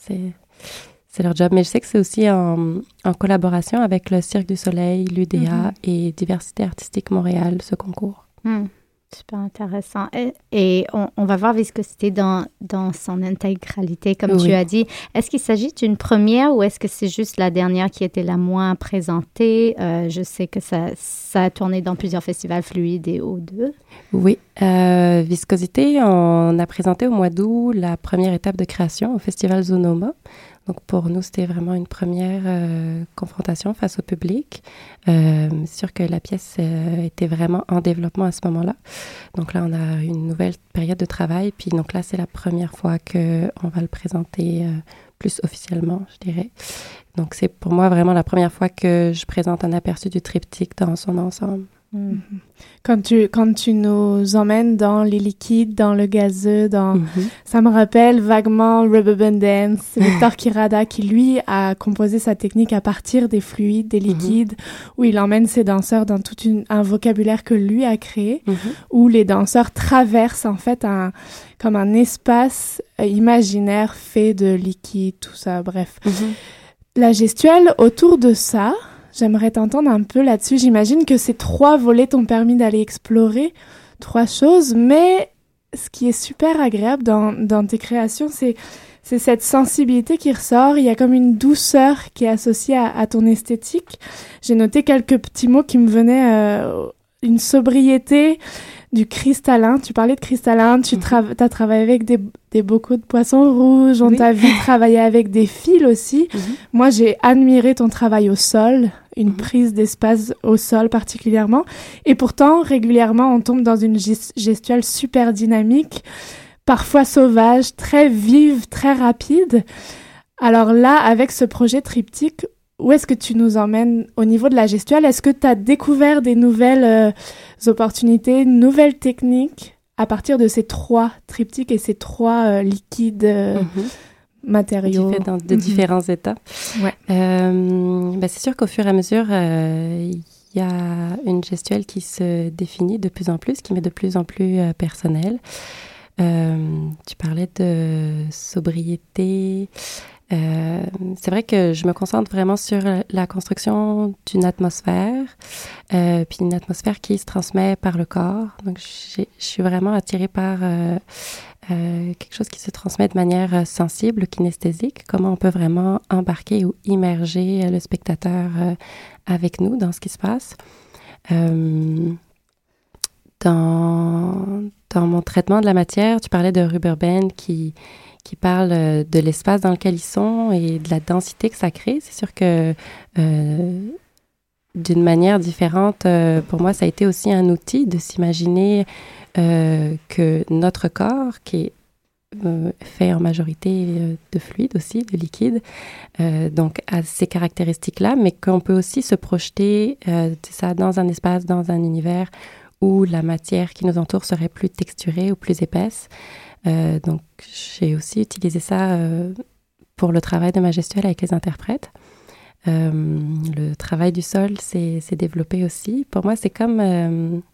C'est leur job. Mais je sais que c'est aussi en collaboration avec le Cirque du Soleil, l'UDA et Diversité artistique Montréal, ce concours. Super intéressant. Et on va voir Viscosité dans son intégralité, comme tu as dit. Est-ce qu'il s'agit d'une première ou est-ce que c'est juste la dernière qui était la moins présentée? Je sais que ça a tourné dans plusieurs festivals Fluide et O2. Oui. Viscosité, on a présenté au mois d'août la première étape de création au Festival Zonoma. Donc, pour nous, c'était vraiment une première confrontation face au public. C'est sûr que la pièce était vraiment en développement à ce moment-là. Donc là, on a une nouvelle période de travail. Puis donc là, c'est la première fois qu'on va le présenter plus officiellement, je dirais. Donc, c'est pour moi vraiment la première fois que je présente un aperçu du triptyque dans son ensemble. Quand tu nous emmènes dans les liquides, dans le gazeux, ça me rappelle vaguement Rubber Band Dance, Victor Kirada qui lui a composé sa technique à partir des fluides, des liquides, où il emmène ses danseurs dans tout un vocabulaire que lui a créé, où les danseurs traversent en fait comme un espace imaginaire fait de liquide, tout ça, bref. La gestuelle autour de ça, j'aimerais t'entendre un peu là-dessus. J'imagine que ces 3 volets t'ont permis d'aller explorer 3 choses, mais ce qui est super agréable dans tes créations, c'est cette sensibilité qui ressort. Il y a comme une douceur qui est associée à ton esthétique. J'ai noté quelques petits mots qui me venaient, une sobriété, du cristallin. Tu parlais de cristallin, tu as travaillé avec des bocaux de poissons rouges, on t'a vu travailler avec des fils aussi. Moi, j'ai admiré ton travail au sol, une prise d'espace au sol particulièrement. Et pourtant, régulièrement, on tombe dans une gestuelle super dynamique, parfois sauvage, très vive, très rapide. Alors là, avec ce projet triptyque, où est-ce que tu nous emmènes au niveau de la gestuelle? Est-ce que tu as découvert des nouvelles opportunités, nouvelles techniques à partir de ces 3 triptyques et ces 3 liquides matériaux? De différents états. Ouais. C'est sûr qu'au fur et à mesure, il y a une gestuelle qui se définit de plus en plus, qui m'est de plus en plus personnelle. Tu parlais de sobriété. C'est vrai que je me concentre vraiment sur la construction d'une atmosphère, puis une atmosphère qui se transmet par le corps. Donc, je suis vraiment attirée par quelque chose qui se transmet de manière sensible, kinesthésique. Comment on peut vraiment embarquer ou immerger le spectateur avec nous dans ce qui se passe. Dans mon traitement de la matière, tu parlais de Rubberband qui parle de l'espace dans lequel ils sont et de la densité que ça crée. C'est sûr que d'une manière différente, pour moi, ça a été aussi un outil de s'imaginer que notre corps, qui est fait en majorité de fluide aussi, de liquide, donc a ces caractéristiques-là, mais qu'on peut aussi se projeter dans un espace, dans un univers où la matière qui nous entoure serait plus texturée ou plus épaisse. Donc, j'ai aussi utilisé ça pour le travail de ma gestuelle avec les interprètes. Le travail du sol s'est développé aussi. Pour moi, c'est comme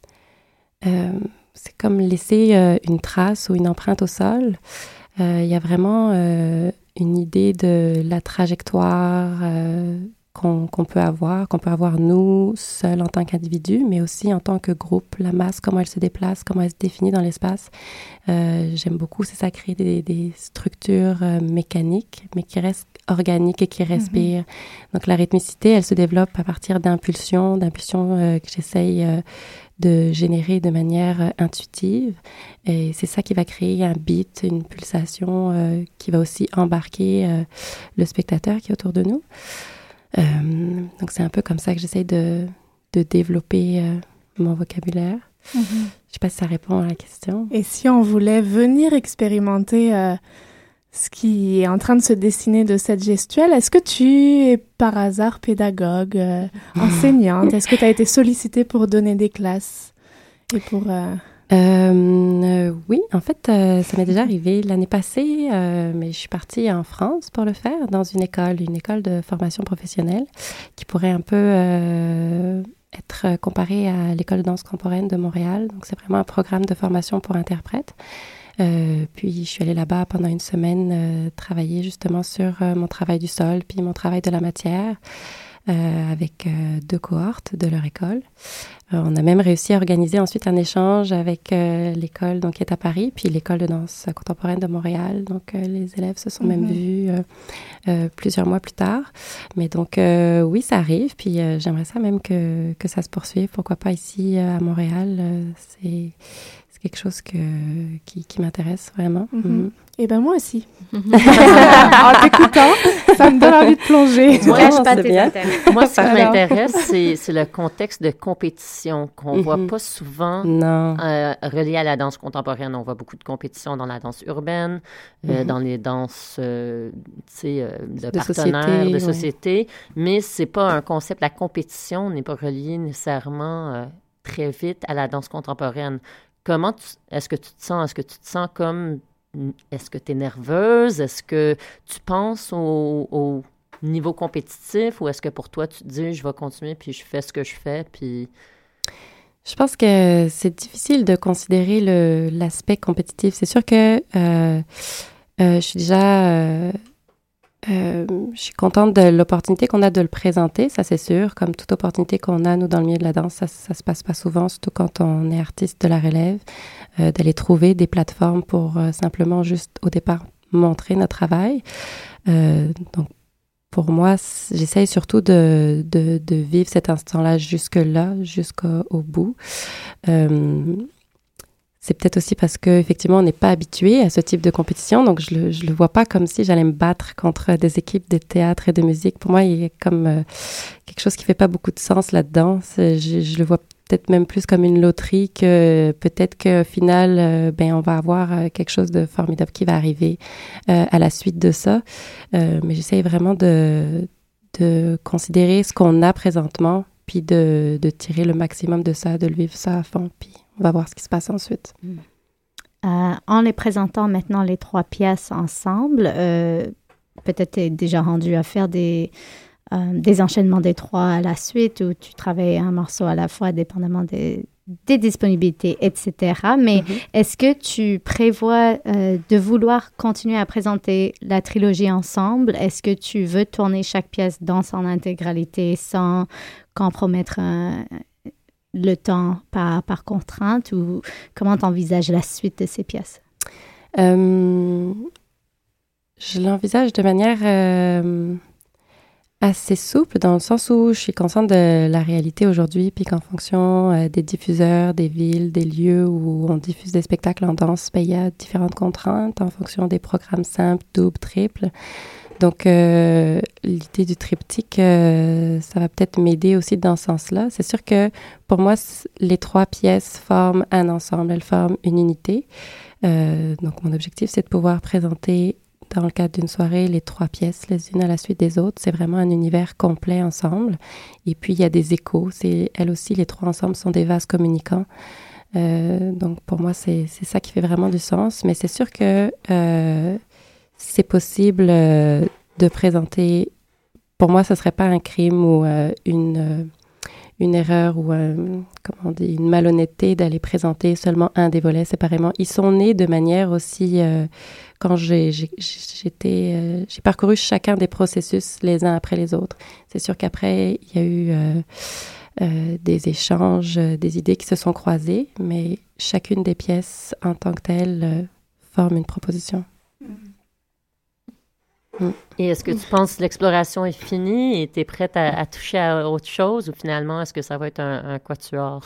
laisser une trace ou une empreinte au sol. Il y a vraiment une idée de la trajectoire qu'on peut avoir nous, seuls en tant qu'individus, mais aussi en tant que groupe, la masse, comment elle se déplace, comment elle se définit dans l'espace. J'aime beaucoup, c'est ça, créer des structures mécaniques, mais qui restent organiques et qui respirent. Donc la rythmicité, elle se développe à partir d'impulsions que j'essaye de générer de manière intuitive. Et c'est ça qui va créer un beat, une pulsation qui va aussi embarquer le spectateur qui est autour de nous. Donc c'est un peu comme ça que j'essaie de développer mon vocabulaire. Je sais pas si ça répond à la question. Et si on voulait venir expérimenter ce qui est en train de se dessiner de cette gestuelle, est-ce que tu es par hasard pédagogue, enseignante? Est-ce que tu as été sollicitée pour donner des classes et pour... Oui, en fait, ça m'est déjà arrivé l'année passée, mais je suis partie en France pour le faire, dans une école de formation professionnelle qui pourrait un peu être comparée à l'école de danse contemporaine de Montréal. Donc, c'est vraiment un programme de formation pour interprètes. Puis, je suis allée là-bas pendant une semaine travailler justement sur mon travail du sol, puis mon travail de la matière. Avec 2 cohortes de leur école. On a même réussi à organiser ensuite un échange avec l'école donc, qui est à Paris, puis l'école de danse contemporaine de Montréal. Donc, les élèves se sont même vus plusieurs mois plus tard. Mais donc, oui, ça arrive. Puis, j'aimerais ça même que ça se poursuive. Pourquoi pas ici à Montréal? C'est quelque chose qui m'intéresse vraiment. Et ben moi aussi. En t'écoutant, ça me donne envie de plonger. Moi, ce qui m'intéresse, c'est le contexte de compétition qu'on voit pas souvent relié à la danse contemporaine. On voit beaucoup de compétitions dans la danse urbaine, dans les danses de partenaires, de société, mais c'est pas un concept. La compétition n'est pas reliée nécessairement très vite à la danse contemporaine. Comment est-ce que tu te sens? Est-ce que tu te sens comme... Est-ce que tu es nerveuse? Est-ce que tu penses au niveau compétitif ou est-ce que pour toi, tu te dis, je vais continuer puis je fais ce que je fais? Puis... Je pense que c'est difficile de considérer l'aspect compétitif. C'est sûr que je suis déjà... je suis contente de l'opportunité qu'on a de le présenter, ça c'est sûr. Comme toute opportunité qu'on a, nous, dans le milieu de la danse, ça se passe pas souvent, surtout quand on est artiste de la relève, d'aller trouver des plateformes pour simplement juste, au départ, montrer notre travail. Donc, pour moi, j'essaye surtout de vivre cet instant-là jusque-là, jusqu'au bout. c'est peut-être aussi parce qu'effectivement, on n'est pas habitué à ce type de compétition. Donc, je le vois pas comme si j'allais me battre contre des équipes de théâtre et de musique. Pour moi, il y a comme quelque chose qui fait pas beaucoup de sens là-dedans. Je le vois peut-être même plus comme une loterie que peut-être qu'au final, on va avoir quelque chose de formidable qui va arriver à la suite de ça. Mais j'essaye vraiment de considérer ce qu'on a présentement, puis de tirer le maximum de ça, de le vivre ça à fond, puis on va voir ce qui se passe ensuite. En les présentant maintenant les 3 pièces ensemble, peut-être tu es déjà rendu à faire des enchaînements des 3 à la suite, où tu travailles un morceau à la fois, dépendamment des disponibilités, etc. Mais est-ce que tu prévois de vouloir continuer à présenter la trilogie ensemble? Est-ce que tu veux tourner chaque pièce dans son intégralité sans compromettre le temps par contrainte, ou comment tu envisages la suite de ces pièces? Je l'envisage de manière assez souple, dans le sens où je suis consciente de la réalité aujourd'hui, puis qu'en fonction des diffuseurs, des villes, des lieux où on diffuse des spectacles en danse, il y a différentes contraintes en fonction des programmes simples, doubles, triples. Donc, l'idée du triptyque, ça va peut-être m'aider aussi dans ce sens-là. C'est sûr que pour moi, les 3 pièces forment un ensemble, elles forment une unité. Donc, mon objectif, c'est de pouvoir présenter dans le cadre d'une soirée les 3 pièces, les unes à la suite des autres. C'est vraiment un univers complet ensemble. Et puis, il y a des échos. Elles aussi, les 3 ensemble sont des vases communicants. Donc, pour moi, c'est ça qui fait vraiment du sens. Mais c'est sûr que c'est possible de présenter... Pour moi, ce ne serait pas un crime ou une erreur ou une malhonnêteté d'aller présenter seulement un des volets séparément. Ils sont nés de manière aussi... quand j'ai parcouru chacun des processus les uns après les autres. C'est sûr qu'après, il y a eu des échanges, des idées qui se sont croisées, mais chacune des pièces en tant que telle forme une proposition. Et est-ce que tu penses que l'exploration est finie et tu es prête à toucher à autre chose, ou finalement, est-ce que ça va être un quatuor?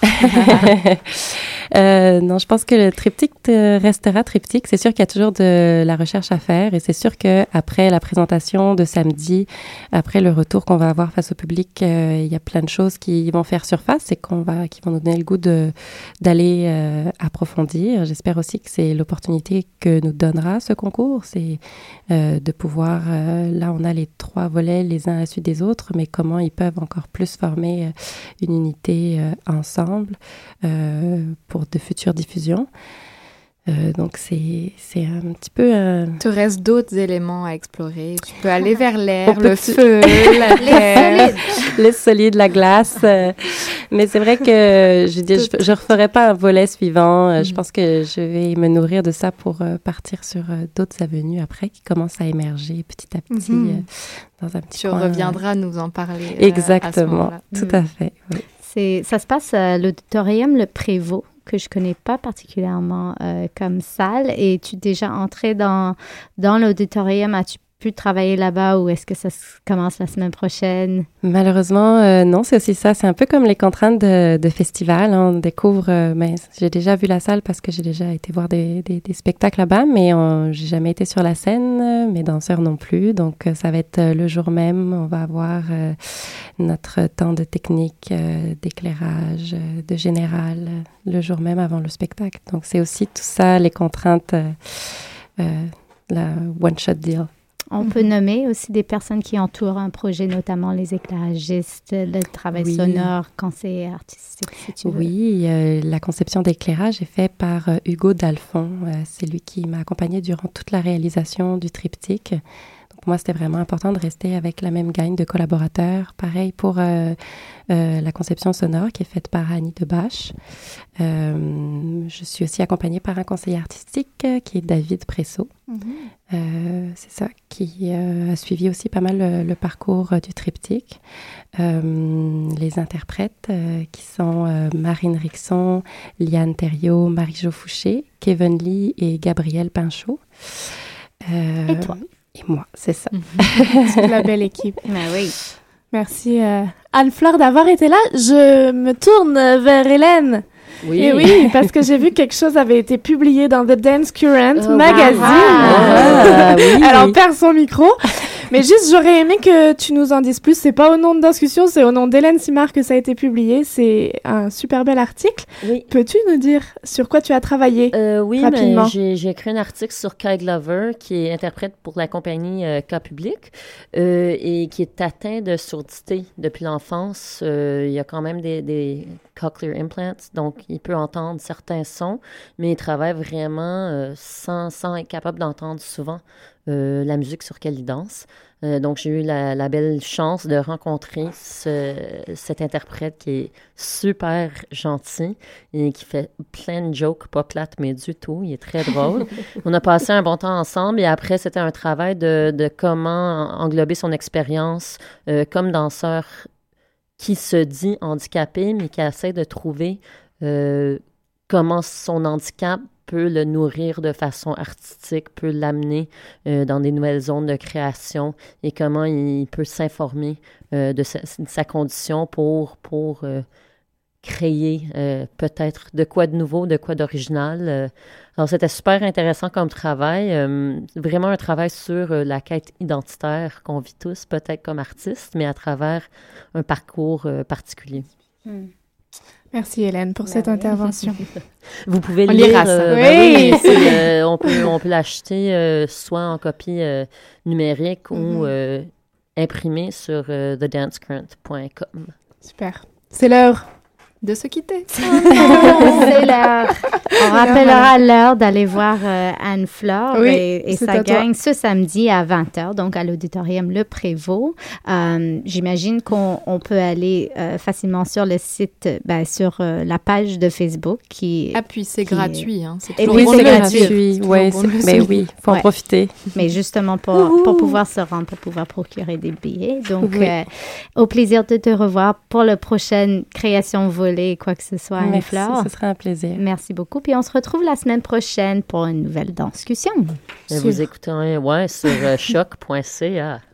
Non, je pense que le triptyque restera triptyque. C'est sûr qu'il y a toujours de la recherche à faire, et c'est sûr qu'après la présentation de samedi, après le retour qu'on va avoir face au public, il y a plein de choses qui vont faire surface et qui vont nous donner le goût d'aller approfondir. J'espère aussi que c'est l'opportunité que nous donnera ce concours, c'est de pouvoir... là, on a les 3 volets les uns à la suite des autres, mais comment ils peuvent encore plus former une unité ensemble pour de futures diffusions. Donc, c'est un petit peu... Il te reste d'autres éléments à explorer. Tu peux aller vers l'air, le feu, la terre. Les solides, la glace. Mais c'est vrai que je ne referai pas un volet suivant. Je pense que je vais me nourrir de ça pour partir sur d'autres avenues après qui commencent à émerger petit à petit dans un petit coin. Tu reviendras nous en parler. Exactement, à ce tout à fait. Oui. Ça se passe à l'auditorium Le Prévost, que je connais pas particulièrement comme salle. Et tu es déjà entré dans l'auditorium? As-tu pu travailler là-bas, ou est-ce que ça commence la semaine prochaine? Malheureusement, non, c'est aussi ça. C'est un peu comme les contraintes de festival. On découvre... mais j'ai déjà vu la salle parce que j'ai déjà été voir des spectacles là-bas, mais j'ai jamais été sur la scène, mes danseurs non plus. Donc, ça va être le jour même. On va avoir notre temps de technique, d'éclairage, de général, le jour même avant le spectacle. Donc, c'est aussi tout ça, les contraintes, la one-shot deal. On peut nommer aussi des personnes qui entourent un projet, notamment les éclairagistes, le travail sonore quand c'est artistique, si tu veux. Oui, la conception d'éclairage est faite par Hugo Dalphon. C'est lui qui m'a accompagnée durant toute la réalisation du triptyque. Donc, moi, c'était vraiment important de rester avec la même gang de collaborateurs. Pareil pour la conception sonore qui est faite par Annie Debache. Je suis aussi accompagnée par un conseiller artistique qui est David Presso. C'est ça, qui a suivi aussi pas mal le parcours du triptyque. Les interprètes qui sont Marine Rixon, Liane Thériault, Marie-Jo Fouché, Kevin Lee et Gabriel Pinchot. Et toi? Et moi, c'est ça. C'est la belle équipe. Ben oui. Merci Anne-Fleur d'avoir été là. Je me tourne vers Hélène. Oui. Et oui, parce que j'ai vu quelque chose avait été publié dans The Dance Current magazine. Oui. Elle en perd son micro. Mais juste, j'aurais aimé que tu nous en dises plus. C'est pas au nom de Danscussion, c'est au nom d'Hélène Simard que ça a été publié. C'est un super bel article. Oui. Peux-tu nous dire sur quoi tu as travaillé Oui, rapidement? mais j'ai écrit un article sur Kai Glover, qui est interprète pour la compagnie K-Public et qui est atteint de surdité depuis l'enfance. Il y a quand même des cochlear implants, donc il peut entendre certains sons, mais il travaille vraiment sans être capable d'entendre souvent la musique sur laquelle il danse. Donc, j'ai eu la belle chance de rencontrer cet interprète qui est super gentil et qui fait plein de jokes, pas plates, mais du tout. Il est très drôle. On a passé un bon temps ensemble et après, c'était un travail de comment englober son expérience comme danseur qui se dit handicapé, mais qui essaie de trouver comment son handicap peut le nourrir de façon artistique, peut l'amener dans des nouvelles zones de création et comment il peut s'informer de sa condition pour créer peut-être de quoi de nouveau, de quoi d'original. Alors, c'était super intéressant comme travail. Vraiment un travail sur la quête identitaire qu'on vit tous, peut-être comme artistes, mais à travers un parcours particulier. Merci Hélène pour cette intervention. Vous pouvez on lire. Lira ça. Oui. On peut l'acheter soit en copie numérique ou imprimée sur thedancecurrent.com. Super. C'est l'heure de se quitter. C'est l'heure. On rappellera l'heure d'aller voir Anne Fleur et sa gang ce samedi à 20h, donc à l'auditorium Le Prévost. J'imagine qu'on peut aller facilement sur le site, sur la page de Facebook puis c'est gratuit. Hein. C'est c'est gratuit. Oui, faut en profiter. Mais justement pour pouvoir se rendre, pour pouvoir procurer des billets. Donc, au plaisir de te revoir pour la prochaine création volée, quoi que ce soit, Anne Fleur. Ce sera un plaisir. Merci beaucoup. Puis on se retrouve la semaine prochaine pour une nouvelle Danscussion. Vous écoutez sur choc.ca.